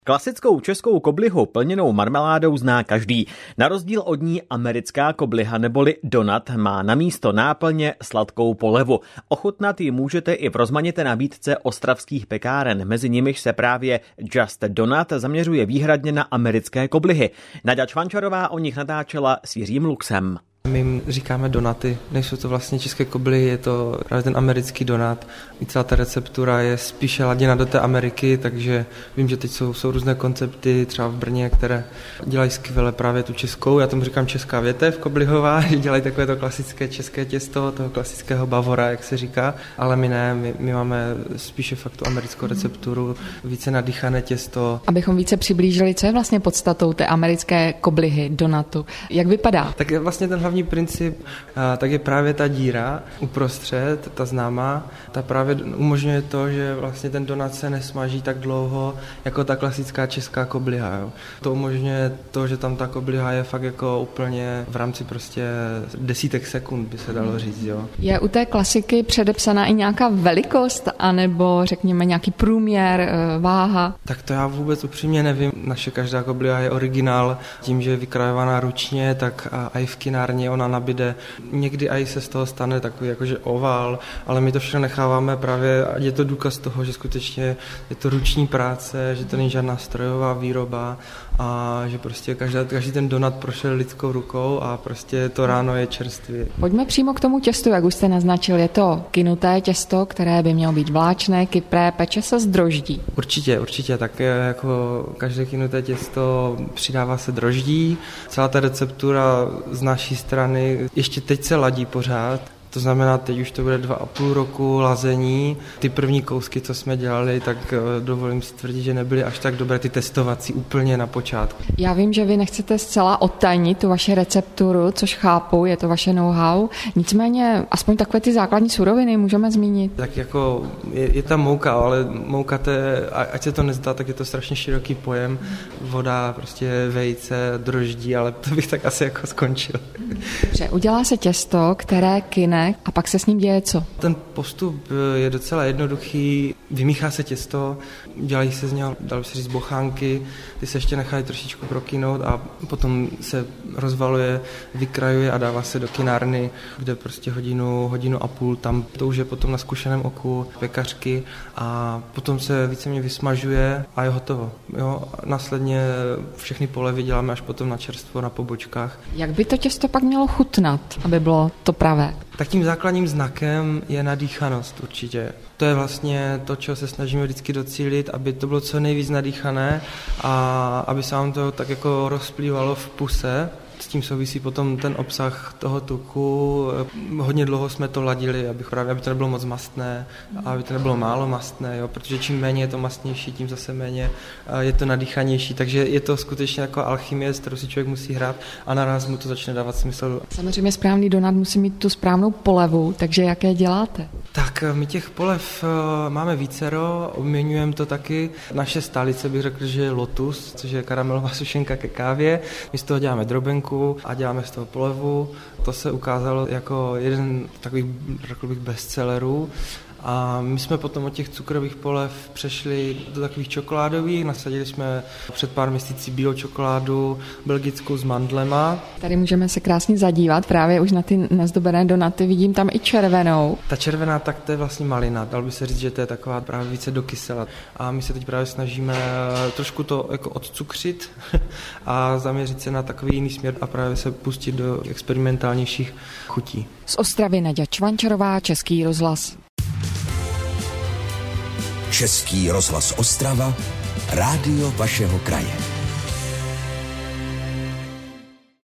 Klasickou českou koblihu plněnou marmeládou zná každý. Na rozdíl od ní americká kobliha neboli donut má namísto náplně sladkou polevu. Ochutnat ji můžete i v rozmanité nabídce ostravských pekáren, mezi nimiž se právě Just Donut zaměřuje výhradně na americké koblihy. Naďa Čvančarová o nich natáčela s Jiřím Luxem. My jim říkáme donaty, nejsou to vlastně české koblihy, je to právě ten americký donut. I celá ta receptura je spíše laděna do té Ameriky, takže vím, že teď jsou různé koncepty, třeba v Brně, které dělají skvěle právě tu českou. Já tomu říkám česká větev koblihová, že dělají takové to klasické české těsto, toho klasického bavora, jak se říká, ale my ne, my máme spíše fakt tu americkou recepturu, více nadýchané těsto. Abychom více přiblížili, co je vlastně podstatou té americké koblihy, donutu, jak vypadá? Tak je vlastně ten hlavní princip, tak je právě ta díra uprostřed, ta známá, ta právě umožňuje to, že vlastně ten donut se nesmaží tak dlouho jako ta klasická česká kobliha. Jo. To umožňuje to, že tam ta kobliha je fakt jako úplně v rámci prostě desítek sekund, by se dalo říct. Jo. Je u té klasiky předepsaná i nějaká velikost, anebo řekněme nějaký průměr, váha? Tak to já vůbec upřímně nevím. Naše každá kobliha je originál, tím, že je vykrajovaná ručně, tak i v kinárně ona nabíde. Někdy i se z toho stane takový jakože ovál, ale my to všechno necháváme právě, ať je to důkaz toho, že skutečně je to ruční práce, že to není žádná strojová výroba a že prostě každý ten donut prošel lidskou rukou a prostě to ráno je čerstvý. Pojďme přímo k tomu těstu, jak už jste naznačil, je to kynuté těsto, které by mělo být vláčné, kypré, peče se z droždí. Určitě, tak jako každé kynuté těsto přidává se droždí. Celá ta receptura z naší strany ještě teď se ladí pořád. To znamená, teď už to bude 2,5 roku lazení. Ty první kousky, co jsme dělali, tak dovolím si tvrdit, že nebyly až tak dobré, ty testovací úplně na počátku. Já vím, že vy nechcete zcela odtajnit tu vaši recepturu, což chápu, je to vaše know-how. Nicméně aspoň takové ty základní suroviny můžeme zmínit. Tak jako je tam mouka, ale mouka, ať se to nezdá, tak je to strašně široký pojem. Voda, prostě vejce, droždí, ale to bych tak asi jako skončil. Dobře, udělá se těsto, které kyne, a pak se s ním děje co? Ten postup je docela jednoduchý, vymíchá se těsto, dělají se z něho, dalo by se říct, bochánky, ty se ještě nechají trošičku prokynout a potom se rozvaluje, vykrajuje a dává se do kinárny, kde prostě hodinu a půl, tam to už je potom na zkušeném oku pekařky a potom se víceméně vysmažuje a je hotovo. Jo? Následně všechny polevy děláme až potom na čerstvo, na pobočkách. Jak by to těsto pak mělo chutnat, aby bylo to pravé? Tak tím základním znakem je nadýchanost určitě. To je vlastně to, čeho se snažíme vždycky docílit, aby to bylo co nejvíc nadýchané a aby se vám to tak jako rozplývalo v puse. S tím souvisí potom ten obsah toho tuku. Hodně dlouho jsme to ladili, aby to nebylo moc mastné a aby to nebylo málo mastné, jo? Protože čím méně je to mastnější, tím zase méně je to nadýchanější. Takže je to skutečně jako alchymie, s kterou si člověk musí hrát a naraz mu to začne dávat smysl. Samozřejmě správný donut musí mít tu správnou polevu, takže jaké děláte? Tak my těch polev máme vícero, obměňujeme to taky. Naše stálice bych řekl, že je Lotus, což je karamelová sušenka ke kávě. My z toho děláme drobenku a děláme z toho polevu. To se ukázalo jako jeden takových, řekl bych, bestsellerů. A my jsme potom od těch cukrových polev přešli do takových čokoládových. Nasadili jsme před pár měsíci bílou čokoládu, belgickou s mandlema. Tady můžeme se krásně zadívat právě už na ty nazdobené donaty. Vidím tam i červenou. Ta červená, tak to je vlastně malina. Dal by se říct, že to je taková právě více dokysela. A my se teď právě snažíme trošku to jako odcukřit a zaměřit se na takový jiný směr a právě se pustit do experimentálnějších chutí. Z Ostravy Naďa Čvančarová, Český rozhlas. Český rozhlas Ostrava, rádio vašeho kraje.